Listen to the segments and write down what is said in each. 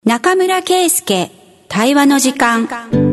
中村圭介対話の時間。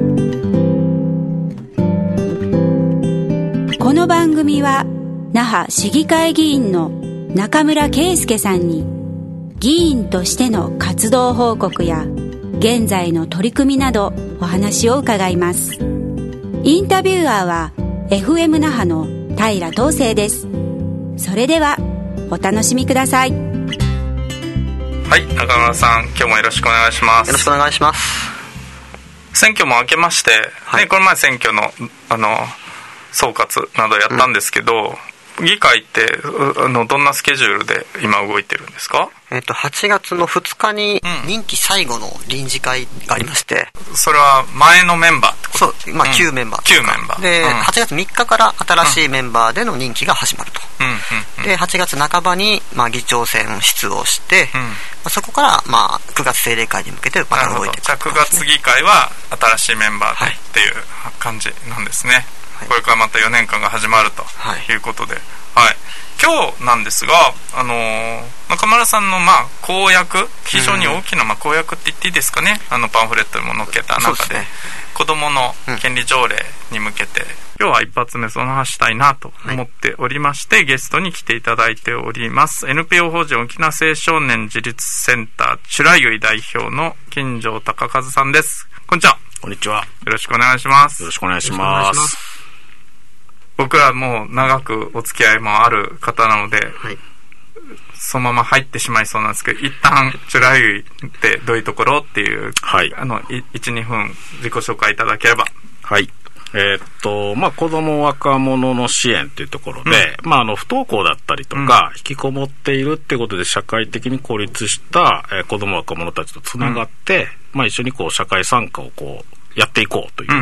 この番組は那覇市議会議員の中村圭介さんに議員としての活動報告や現在の取り組みなどお話を伺います。インタビュアーは FM 那覇の平東成です。それではお楽しみください。 はい、中村さん、今日もよろしくお願いします。 よろしくお願いします。 選挙も明けまして、はい、この前選挙の総括などやったんですけど、議会ってどんなスケジュールで今動いてるんですか ？8月の2日に任期最後の臨時会がありまして、 それは前のメンバーってこと？ そう、旧メンバー旧メンバーで、8月3日から新しいメンバーでの任期が始まると。で、8月半ばに議長選出をして、そこから9月定例会に向けてまた動いていく、ね。 じゃあ9月議会は新しいメンバーでっていう感じなんですね。これからまた4年間が始まるということで、はい、今日なんですが、中村さんの公約、非常に大きな公約って言っていいですかね、パンフレットにも載っけた中で、子どもの権利条例に向けて、今日は一発目その話したいなと思っておりまして、ゲストに来ていただいております。 NPO 法人沖縄青少年自立センターチュラユイ代表の金城隆和さんです。こんにちは。 こんにちは。 よろしくお願いします。 よろしくお願いします。 僕はもう長くお付き合いもある方なので、そのまま入ってしまいそうなんですけど、一旦チュラユイってどういうところっていう、1、2分自己紹介いただければ。 はい。子供若者の支援というところで、不登校だったりとか、引きこもっているっていうことで社会的に孤立した、子供若者たちとつながって、一緒に社会参加をやっていこうという。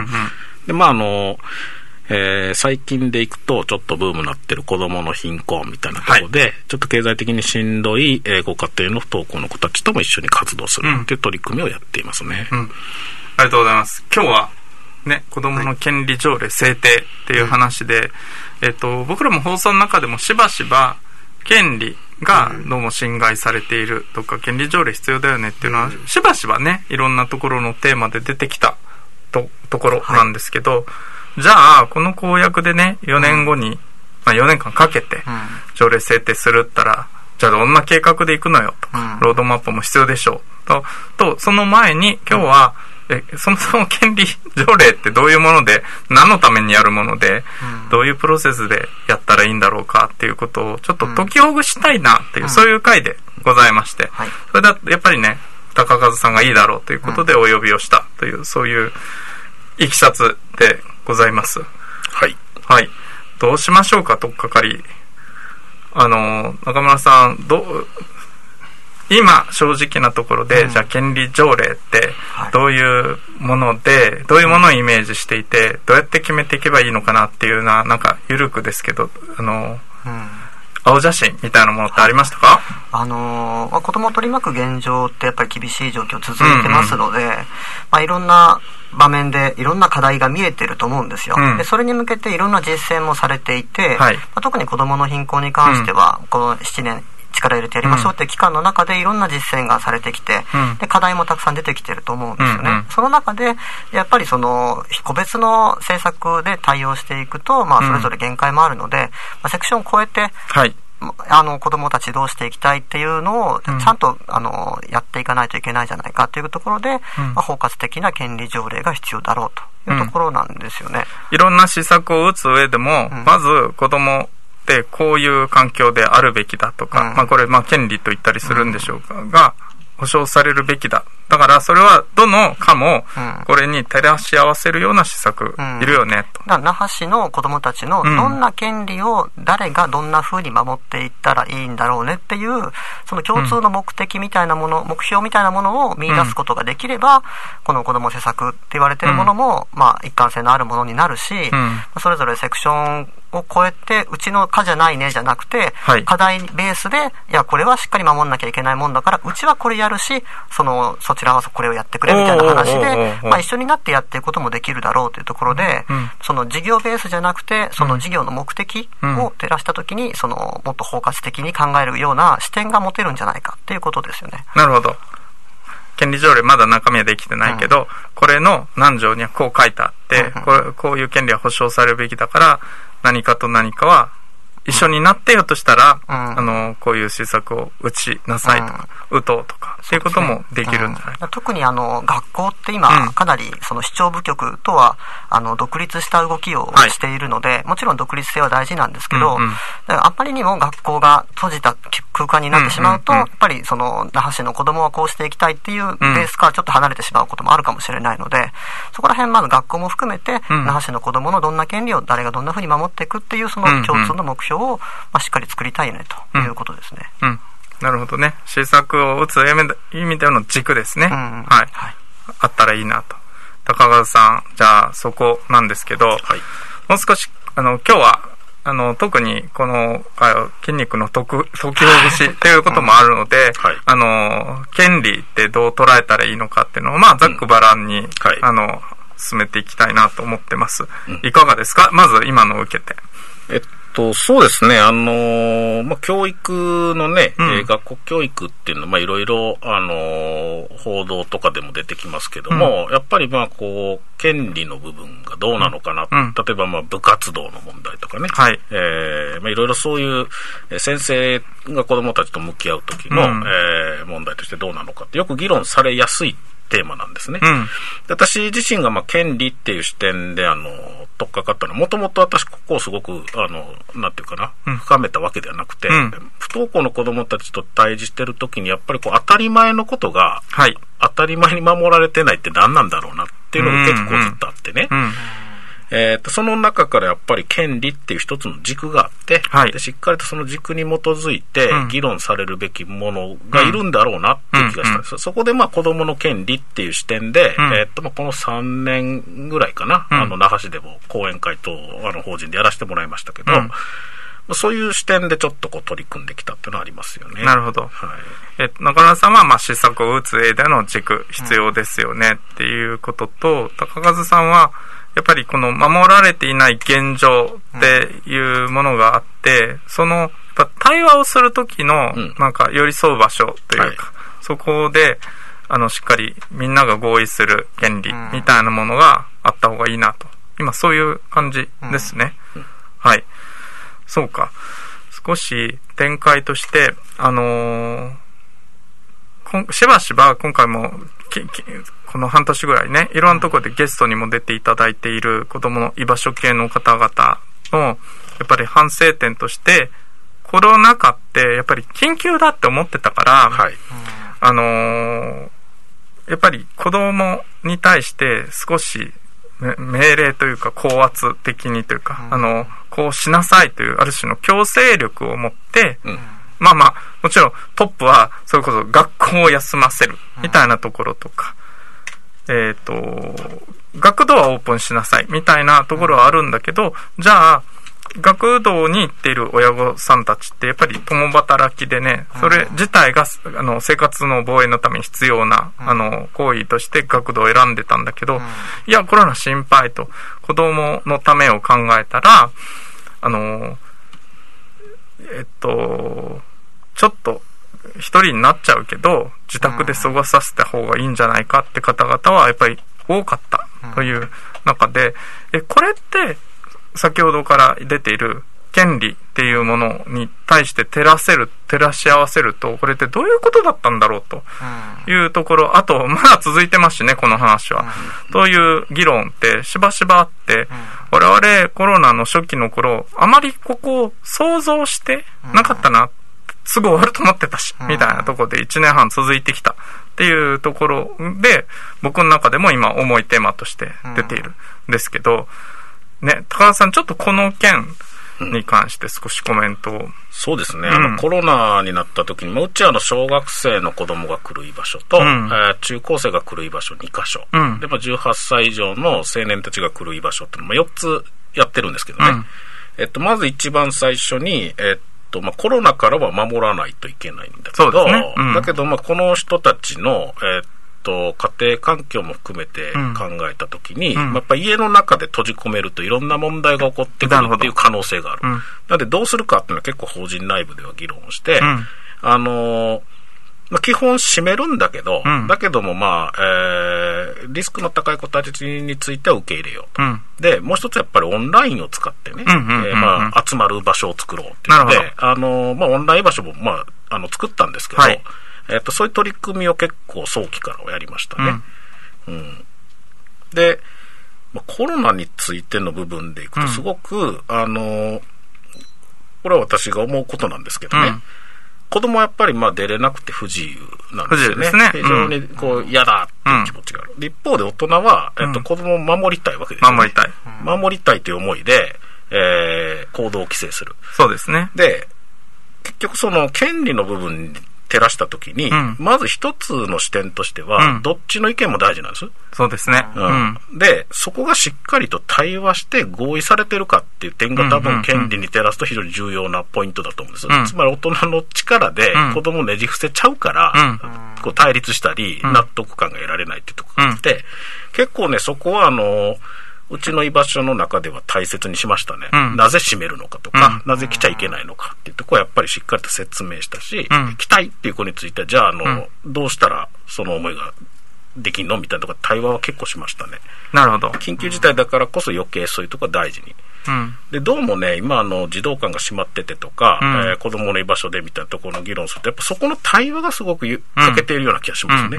で、最近でいくとちょっとブームになってる子供の貧困みたいなところで、ちょっと経済的にしんどい、ご家庭の不登校の子たちとも一緒に活動するという取り組みをやっていますね。 ありがとうございます。今日はね、子どもの権利条例制定っていう話で、僕らも放送の中でもしばしば権利がどうも侵害されているとか、権利条例必要だよねっていうのはしばしばね、いろんなところのテーマで出てきた ところなんですけど、じゃあこの公約でね、4年後に、4年間かけて条例制定するったら、じゃあどんな計画でいくのよとか、ロードマップも必要でしょうとその前に今日は、そもそも権利条例ってどういうもので、何のためにやるもので、どういうプロセスでやったらいいんだろうかっていうことをちょっと解きほぐしたいなっていう、そういう回でございまして、それだとやっぱりね、高和さんがいいだろうということでお呼びをしたという、そういういきさつでございます。はい。どうしましょうか、とっかかり。中村さん、今正直なところで、じゃあ権利条例ってどういうもので、どういうものをイメージしていて、どうやって決めていけばいいのかなっていうのは、なんか緩くですけど、青写真みたいなものってありましたか？ 子供を取り巻く現状ってやっぱり厳しい状況続いてますので、いろんな場面でいろんな課題が見えてると思うんですよ。で、それに向けていろんな実践もされていて、特に子供の貧困に関しては、この7年力入れてやりましょうって期間の中でいろんな実践がされてきて、で課題もたくさん出てきてると思うんですよね。その中でやっぱりその個別の政策で対応していくと、それぞれ限界もあるので、セクションを超えて、子どもたちどうしていきたいっていうのをちゃんとやっていかないといけないじゃないかというところで、包括的な権利条例が必要だろうというところなんですよね。 いろんな施策を打つ上でも、まず子どもでこういう環境であるべきだとか、これ権利と言ったりするんでしょうか、が保障されるべきだ。だからそれはどの科もこれに照らし合わせるような施策いるよねと。 だから那覇市の子どもたちのどんな権利を誰がどんな風に守っていったらいいんだろうねっていう、その共通の目的みたいなもの、目標みたいなものを見出すことができれば、この子ども施策って言われているものも、一貫性のあるものになるし、それぞれセクションを超えて、うちの課じゃないねじゃなくて、課題ベースで、いやこれはしっかり守んなきゃいけないもんだから、うちはこれやるし、そちらはこれをやってくれみたいな話で、一緒になってやっていくこともできるだろうというところで、その事業ベースじゃなくて、その事業の目的を照らしたときに、もっと包括的に考えるような視点が持てるんじゃないかっていうことですよね。 なるほど。 権利条例まだ中身はできてないけど、これの何条にはこう書いてあって、こういう権利は保障されるべきだから、何かと何かは一緒になってよとしたら、こういう施策を打ちなさいとか、打とうとか、そういうこともできるんじゃないか。 特に学校って今、かなりその市長部局とは独立した動きをしているので、もちろん独立性は大事なんですけど、だからあんまりにも学校が閉じた空間になってしまうと、やっぱりその那覇市の子供はこうしていきたいっていうベースからちょっと離れてしまうこともあるかもしれないので、そこら辺まず学校も含めて、那覇市の子供のどんな権利を誰がどんなふうに守っていくっていうその共通の目標をしっかり作りたいねということですね。 なるほどね。施策を打つ意味での軸ですね。はい。あったらいいなと。高川さん、じゃあそこなんですけど、もう少し今日は特にこの筋肉の解きほぐしっていうこともあるので、権利ってどう捉えたらいいのかっていうのをざっくばらんに進めていきたいなと思ってます。いかがですか？まず今のを受けて。 そうですね。教育のね、学校教育っていうのは、いろいろ、報道とかでも出てきますけども、やっぱり権利の部分がどうなのかな。例えば、部活動の問題とかね。いろいろそういう、先生が子供たちと向き合うときの、問題としてどうなのかって、よく議論されやすいテーマなんですね。私自身が権利っていう視点で取っかかったのは、もともと私ここをすごくなんていうかな、深めたわけではなくて、不登校の子どもたちと対峙してるときにやっぱり当たり前のことが、当たり前に守られてないって何なんだろうなっていうのが結構ずっとあってね。その中からやっぱり権利っていう一つの軸があって、でしっかりとその軸に基づいて議論されるべきものがいるんだろうなっていう気がしたんです。そこで子供の権利っていう視点で、この3年ぐらいかな、那覇市でも講演会と法人でやらせてもらいましたけど、そういう視点でちょっと取り組んできたっていうのはありますよね。 なるほど。中村さんは施策を打つ上での軸必要ですよねっていうことと、高和さんはやっぱりこの守られていない現状っていうものがあって、その対話をするときの寄り添う場所というか、そこでしっかりみんなが合意する権利みたいなものがあった方がいいなと。今そういう感じですね。はい。そうか。少し展開として、しばしば今回もこの半年ぐらいね、いろんなところでゲストにも出ていただいている子どもの居場所系の方々のやっぱり反省点として、コロナ禍ってやっぱり緊急だって思ってたから、やっぱり子どもに対して少し命令というか高圧的にというか、こうしなさいというある種の強制力を持って、もちろんトップはそれこそ学校を休ませるみたいなところとか、学童はオープンしなさいみたいなところはあるんだけど、じゃあ学童に行っている親御さんたちってやっぱり共働きでね、それ自体が生活の防衛のために必要な行為として学童を選んでたんだけど、いやコロナ心配と子供のためを考えたらちょっと一人になっちゃうけど自宅で過ごさせた方がいいんじゃないかって方々はやっぱり多かったという中で、これって先ほどから出ている権利っていうものに対して照らし合わせると、これってどういうことだったんだろうというところ、あとまだ続いてますしね、この話は。という議論ってしばしばあって、我々コロナの初期の頃、あまりここを想像してなかったな、すぐ終わると思ってたし、みたいなところで1年半続いてきたっていうところで、僕の中でも今重いテーマとして出ているんですけど、ね、高田さん、ちょっとこの件に関して少しコメントを。 そうですね、コロナになった時に、うちは小学生の子供が来る居場所と、中高生が来る居場所2カ所、で18歳以上の青年たちが来る居場所っていうの4つやってるんですけどね、まず一番最初に、コロナからは守らないといけないんだけど、だけどこの人たちの、家庭環境も含めて考えたときに、やっぱ家の中で閉じ込めるといろんな問題が起こってくるっていう可能性がある。なのでどうするかっていうのは結構法人内部では議論をして、 まあ、基本占めるんだけど、だけどもまあ、リスクの高い子たちについては受け入れようと。で、もう一つやっぱりオンラインを使ってね、まあ、集まる場所を作ろうっていうので、まあ、オンライン場所もまあ、作ったんですけど、そういう取り組みを結構早期からやりましたね。で、まあ、コロナについての部分でいくとすごく、これは私が思うことなんですけどね、子供はやっぱりまあ出れなくて不自由なんですよね。非常にこう嫌だっていう気持ちがある。一方で大人は、子供を守りたいわけですよね。守りたいという思いで、行動を規制する。 そうですね。 で、結局その権利の部分に照らしたときに、まず一つの視点としては、どっちの意見も大事なんです。 そうですね。 で、そこがしっかりと対話して合意されてるかっていう点が多分権利に照らすと非常に重要なポイントだと思うんです。つまり大人の力で子供をねじ伏せちゃうから、こう対立したり、納得感が得られないっていうところがあって、結構ね、そこはうちの居場所の中では大切にしましたね。なぜ閉めるのかとか、なぜ来ちゃいけないのかっていうところはやっぱりしっかりと説明したし、来たいっていう子については、じゃあどうしたらその思いができんのみたいなところ対話は結構しましたね。 なるほど。 緊急事態だからこそ余計そういうところは大事に。で、どうもね、今児童館が閉まっててとか、子供の居場所でみたいなところの議論すると、やっぱそこの対話がすごく欠けているような気がしますね。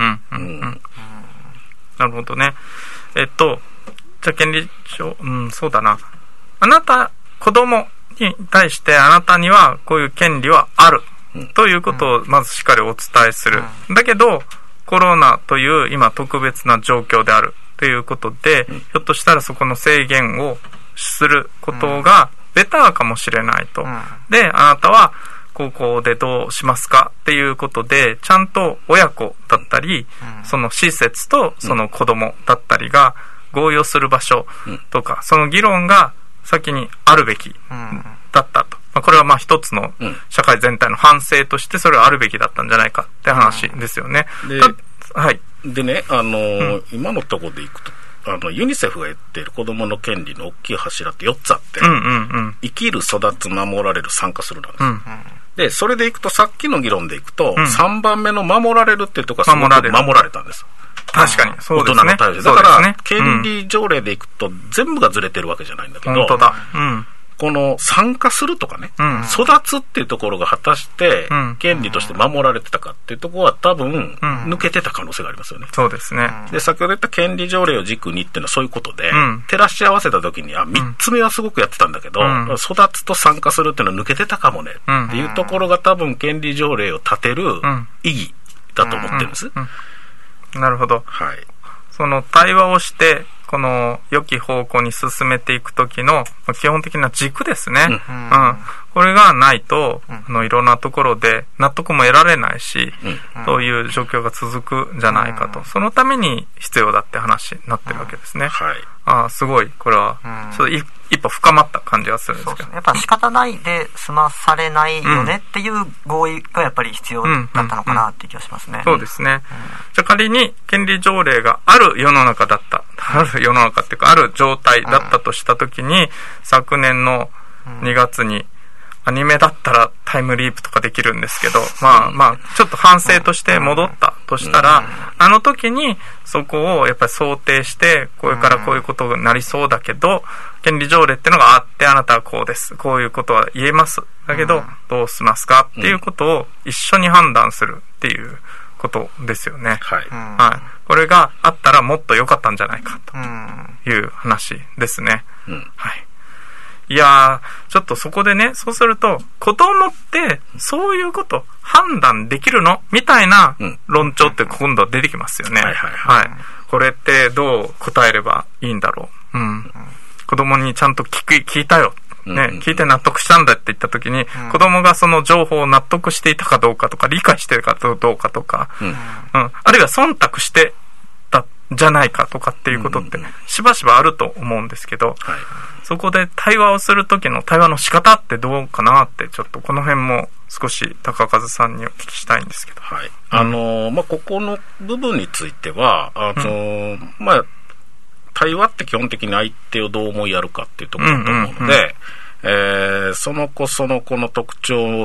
なるほどね。じゃあ権利上、そうだな。あなた、子供に対してあなたにはこういう権利はある。ということをまずしっかりお伝えする。だけど、コロナという今特別な状況であるということで、ひょっとしたらそこの制限をすることがベターかもしれないと。で、あなたは高校でどうしますかっていうことで、ちゃんと親子だったり、その施設とその子供だったりが合意をする場所とか、その議論が先にあるべきだったと。これはまあ一つの社会全体の反省としてそれはあるべきだったんじゃないかって話ですよね。 でね、今のところでいくと、ユニセフが言っている子どもの権利の大きい柱って4つあって、生きる、育つ、守られる、参加するなんです。で、それでいくと、さっきの議論でいくと、3番目の守られるっていうところがすごく守られたんです。 確かに、そうですね。 大人の対応で。だから、権利条例でいくと、全部がずれてるわけじゃないんだけど、 本当だ。 この参加するとかね、育つっていうところが果たして権利として守られてたかっていうところは多分抜けてた可能性がありますよね。 そうですね。 で、先ほど言った権利条例を軸にっていうのはそういうことで、照らし合わせた時に、3つ目はすごくやってたんだけど、育つと参加するっていうのは抜けてたかもねっていうところが多分権利条例を立てる意義だと思ってるんです。 なるほど。 はい。 その対話をして、この良き方向に進めていくときの基本的な軸ですね。これがないと、いろんなところで納得も得られないし、そういう状況が続くんじゃないかと。そのために必要だって話になってるわけですね。すごい、これは、ちょっと一歩深まった感じがするんですけど。 やっぱ仕方ないで済まされないよねっていう合意がやっぱり必要だったのかなっていう気がしますね。 そうですね。じゃあ仮に権利条例がある世の中だった。ある世の中っていうか、ある状態だったとしたときに、昨年の2月に、アニメだったらタイムリープとかできるんですけど、まあ、ちょっと反省として戻ったとしたら、あの時にそこをやっぱり想定して、これからこういうことになりそうだけど、権利条例っていうのがあって、あなたはこうです。こういうことは言えます。だけど、どうしますかっていうことを一緒に判断するっていうことですよね。これがあったらもっと良かったんじゃないかという話ですね。いやー、ちょっとそこでね、そうすると、子供ってそういうこと判断できるのみたいな論調って今度は出てきますよね。これってどう答えればいいんだろう。子供にちゃんと聞いたよ。聞いて納得したんだって言ったときに、子供がその情報を納得していたかどうかとか、理解してるかどうかとか、あるいは忖度してたじゃないかとかっていうことってしばしばあると思うんですけど、そこで対話をするときの対話の仕方ってどうかなって、ちょっとこの辺も少し高和さんにお聞きしたいんですけど。 ここの部分については、対話って基本的に相手をどう思いやるかっていうところだと思うので、その子の特徴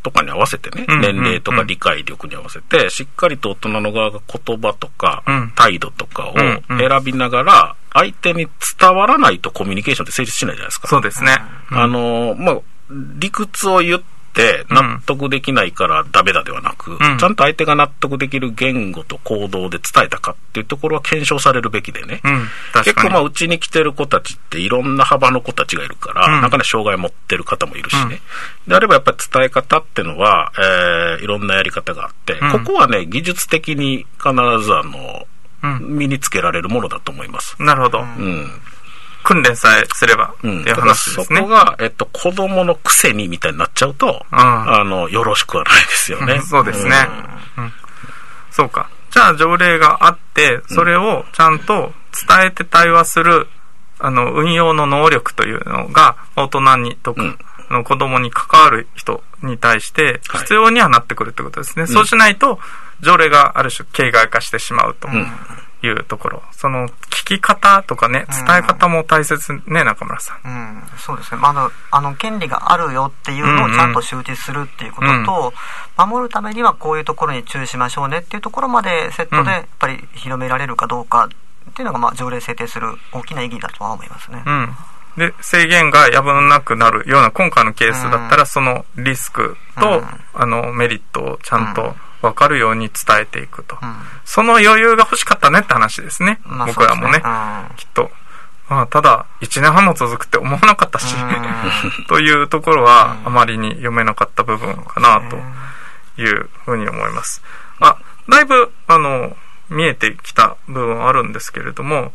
とかに合わせてね、年齢とか理解力に合わせて、しっかりと大人の側が言葉とか、態度とかを選びながら、相手に伝わらないとコミュニケーションって成立しないじゃないですか。 そうですね。 理屈を言って納得できないからダメだではなく、ちゃんと相手が納得できる言語と行動で伝えたかっていうところは検証されるべきでね。結構うちに来てる子たちっていろんな幅の子たちがいるから、中には障害を持ってる方もいるしね。であればやっぱり伝え方っていうのは、いろんなやり方があって、ここはね、技術的に必ず身につけられるものだと思います。 なるほど。訓練さえすればっていう話ですね。 そこが、子供のくせにみたいになっちゃうと、よろしくはないですよね。 そうですね。そうか。じゃあ条例があって、それをちゃんと伝えて対話する、運用の能力というのが、大人に子供に関わる人に対して必要にはなってくるってことですね。そうしないと、条例がある種形骸化してしまうというところ。その聞き方とかね、伝え方も大切ね、中村さん。 そうですね。権利があるよっていうのをちゃんと周知するっていうことと、守るためにはこういうところに注意しましょうねっていうところまでセットでやっぱり広められるかどうかっていうのが条例制定する大きな意義だとは思いますね。 で、制限がやぶなくなるような今回のケースだったら、そのリスクと、メリットをちゃんと分かるように伝えていくと。その余裕が欲しかったねって話ですね。僕らもね、きっと。ただ、1年半も続くって思わなかったし、というところはあまりに読めなかった部分かな、というふうに思います。だいぶ、見えてきた部分はあるんですけれども、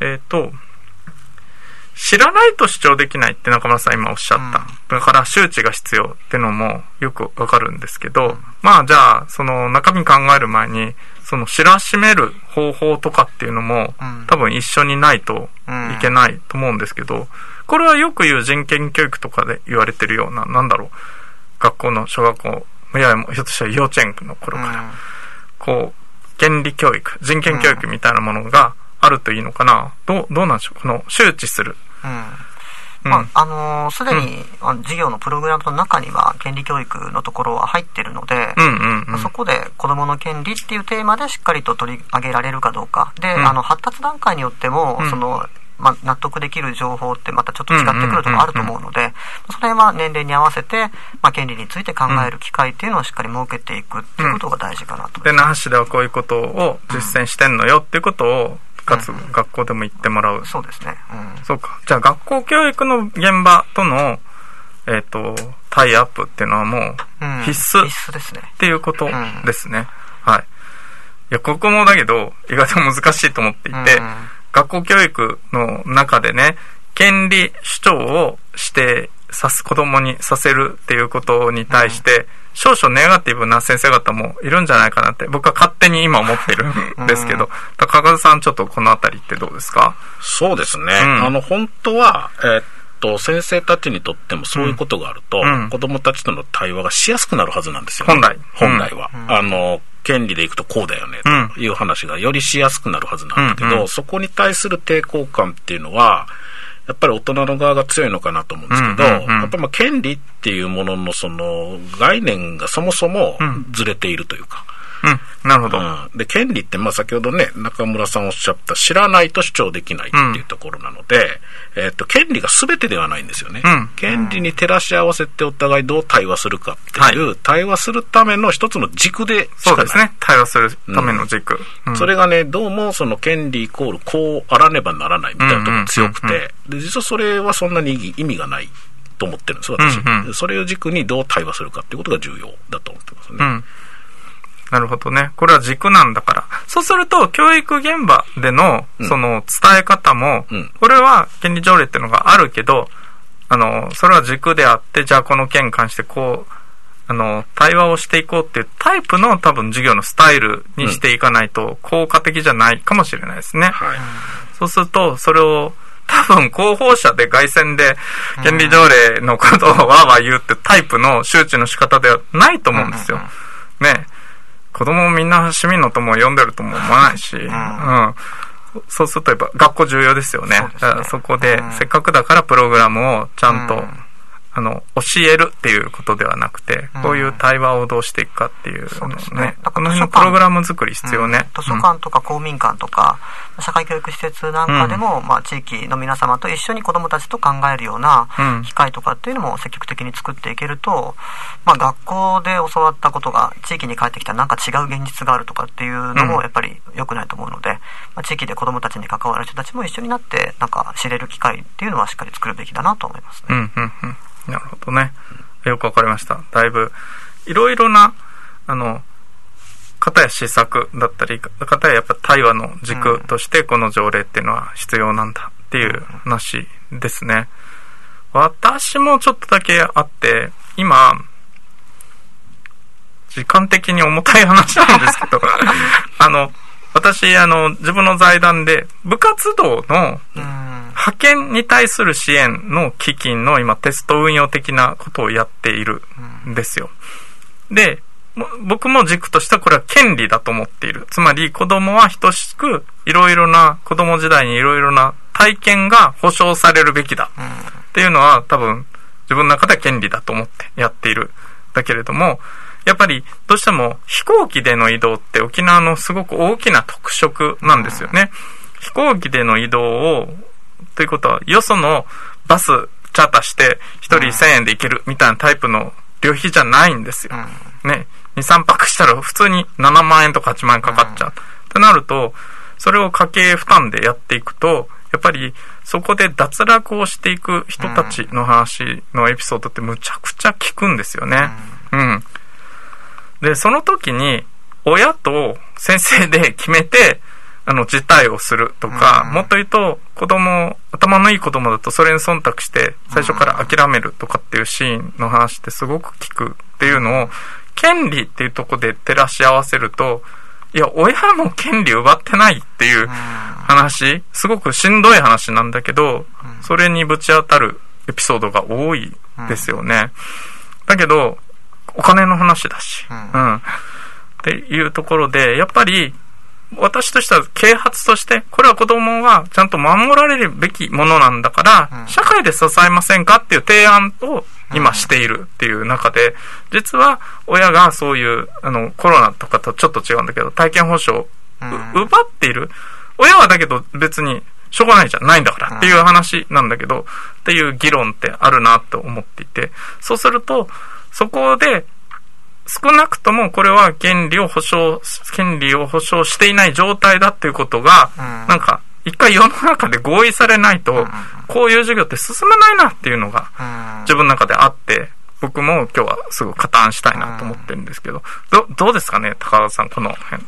知らないと主張できないって中村さん今おっしゃった。だから周知が必要ってのもよくわかるんですけど、じゃあ、その中身考える前に、その知らしめる方法とかっていうのも、多分一緒にないといけないと思うんですけど、これはよく言う人権教育とかで言われてるような、学校の小学校、いや、ひょっとしたら幼稚園の頃から、権利教育、人権教育みたいなものがあるといいのかな。どうなんでしょう。この周知する。 すでに授業のプログラムの中には権利教育のところは入っているので、そこで子どもの権利っていうテーマでしっかりと取り上げられるかどうかで、発達段階によっても、納得できる情報ってまたちょっと違ってくるところあると思うので、その辺は年齢に合わせて、権利について考える機会っていうのをしっかり設けていくっていうことが大事かなと。 で、那覇市ではこういうことを実践してんのよっていうことをかつ学校でも言ってもらう。 そうですね。 そうか。じゃあ学校教育の現場とのタイアップっていうのはもう必須ですね。 っていうことですね。はい。いや、ここもだけど意外と難しいと思っていて、学校教育の中でね、権利主張をして子供にさせるっていうことに対して、少々ネガティブな先生方もいるんじゃないかなって僕は勝手に今思ってるんですけど、高田さんちょっとこのあたりってどうですか？ そうですね。本当は、先生たちにとってもそういうことがあると、子供たちとの対話がしやすくなるはずなんですよ、ね。本来は。権利でいくとこうだよねという話がよりしやすくなるはずなんだけど、そこに対する抵抗感っていうのは、やっぱり大人の側が強いのかなと思うんですけど、やっぱり権利っていうもののその概念がそもそもずれているというか。 なるほど。 で、権利って先ほどね、中村さんおっしゃった知らないと主張できないっていうところなので、権利が全てではないんですよね。権利に照らし合わせてお互いどう対話するかっていう、対話するための一つの軸でしかない。 そうですね。対話するための軸。 それがね、どうもその権利イコールこうあらねばならないみたいなところが強くて、で、実はそれはそんなに意味がないと思ってるんです、私。それを軸にどう対話するかっていうことが重要だと思ってますね。 なるほどね。これは軸なんだから。そうすると、教育現場での、その伝え方も、これは権利条例っていうのがあるけど、それは軸であって、じゃあこの件に関してこう、対話をしていこうっていうタイプの多分授業のスタイルにしていかないと効果的じゃないかもしれないですね。そうすると、それを、多分広報者で凱旋で権利条例のことをわーわー言うってタイプの周知の仕方ではないと思うんですよ。ね。子供もみんな市民の友を読んでるとも思わないし、そうするとやっぱ学校重要ですよね。そこでせっかくだからプログラムをちゃんと教えるっていうことではなくて、こういう対話をどうしていくかっていうのね、この辺のプログラム作り必要ね。 図書館とか公民館とか、社会教育施設なんかでも、地域の皆様と一緒に子どもたちと考えるような機会とかっていうのも積極的に作っていけると、学校で教わったことが地域に帰ってきたらなんか違う現実があるとかっていうのもやっぱり良くないと思うので、地域で子どもたちに関わる人たちも一緒になってなんか知れる機会っていうのはしっかり作るべきだなと思いますね。 なるほどね。よくわかりました。だいぶいろいろな方や施策だったり方ややっぱ対話の軸としてこの条例っていうのは必要なんだっていう話ですね。私もちょっとだけあって、今時間的に重たい話なんですけど私自分の財団で部活動の派遣に対する支援の基金の今テスト運用的なことをやっているんですよ。で、僕も軸としてはこれは権利だと思っている。つまり子供は等しくいろいろな子供時代にいろいろな体験が保障されるべきだっていうのは多分自分の中では権利だと思ってやっている。だけれどもやっぱりどうしても飛行機での移動って沖縄のすごく大きな特色なんですよね。飛行機での移動をということはよそのバスチャーターして1人1000円で行けるみたいなタイプの旅費じゃないんですよ。ね、2、3泊したら普通に7万円とか8万円かかっちゃう。ってなるとそれを家計負担でやっていくとやっぱりそこで脱落をしていく人たちの話のエピソードってむちゃくちゃ聞くんですよね。でその時に親と先生で決めて辞退をするとか、もっと言うと頭のいい子供だとそれに忖度して最初から諦めるとかっていうシーンの話ってすごく聞くっていうのを権利っていうところで照らし合わせると、いや親も権利奪ってないっていう話、すごくしんどい話なんだけどそれにぶち当たるエピソードが多いですよね。だけどお金の話だし、っていうところでやっぱり私としては啓発としてこれは子供はちゃんと守られるべきものなんだから、社会で支えませんかっていう提案を今しているっていう中で、実は親がそういうコロナとかとちょっと違うんだけど体験保障を奪っている親はだけど別にしょうがないじゃないんだからっていう話なんだけどっていう議論ってあるなと思っていて、そうするとそこで少なくともこれは権利を保障していない状態だっていうことが、なんか一回世の中で合意されないと、こういう授業って進まないなっていうのが自分の中であって、僕も今日はすぐ加担したいなと思ってるんですけど、どうですかね高田さんこの辺って。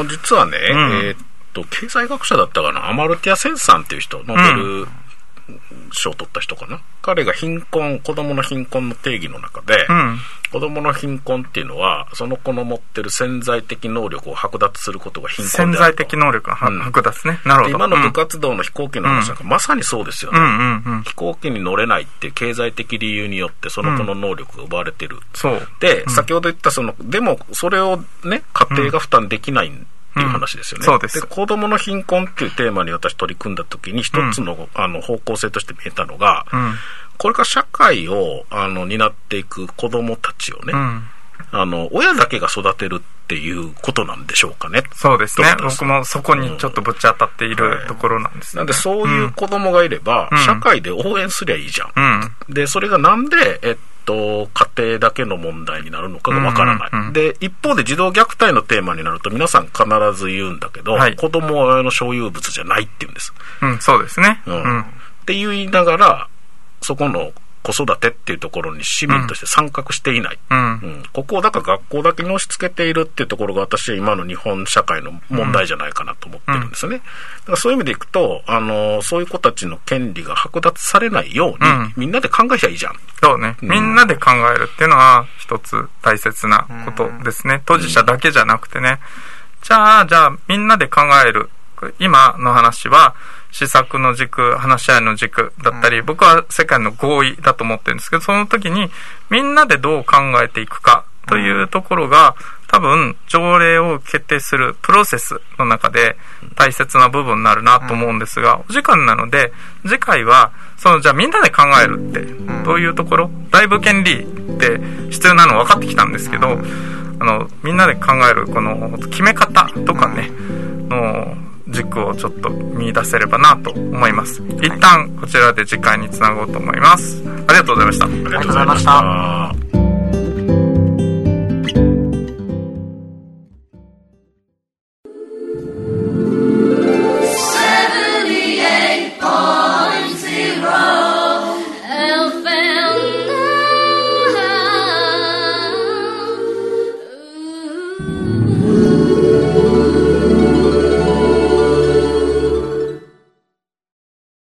実はね、経済学者だったかな、アマルティア・センさんっていう人、ノーベル賞を取った人かな。彼が子供の貧困の定義の中で、子供の貧困っていうのはその子の持ってる潜在的能力を剥奪することが貧困であると。 潜在的能力が剥奪ね。なるほど。 今の部活動の飛行機の話なんかまさにそうですよね。飛行機に乗れないっていう経済的理由によってその子の能力が奪われてる。で、先ほど言ったでもそれをね家庭が負担できないっていう話ですよね。 そうです。 で、子供の貧困っていうテーマに私取り組んだ時に一つの、方向性として見えたのが、これから社会を担っていく子供たちをね、親だけが育てるっていうことなんでしょうかね。 そうですね。僕もそこにちょっとぶち当たっているところなんですね。 なんでそういう子供がいれば、社会で応援すりゃいいじゃん。で、それがなんで家庭だけの問題になるのかがわからない。で、一方で児童虐待のテーマになると皆さん必ず言うんだけど、子供は親の所有物じゃないって言うんです。 そうですね。 って言いながら、そこの子育てっていうところに市民として参画していない。ここをだから学校だけに押し付けているっていうところが私は今の日本社会の問題じゃないかなと思ってるんですね。だからそういう意味でいくと、そういう子たちの権利が剥奪されないように、みんなで考えちゃいいじゃん。 そうね。みんなで考えるっていうのは一つ大切なことですね。当事者だけじゃなくてね。じゃあみんなで考える。今の話は施策の軸、話し合いの軸だったり、僕は世界の合意だと思ってるんですけど、その時にみんなでどう考えていくかというところが、多分条例を決定するプロセスの中で大切な部分になるなと思うんですが、お時間なので次回はじゃあみんなで考えるってどういうところ、外部権利って必要なの分かってきたんですけど、みんなで考えるこの決め方とかねの軸をちょっと見出せればなと思います。一旦こちらで次回につなごうと思います。ありがとうございました。 ありがとうございました。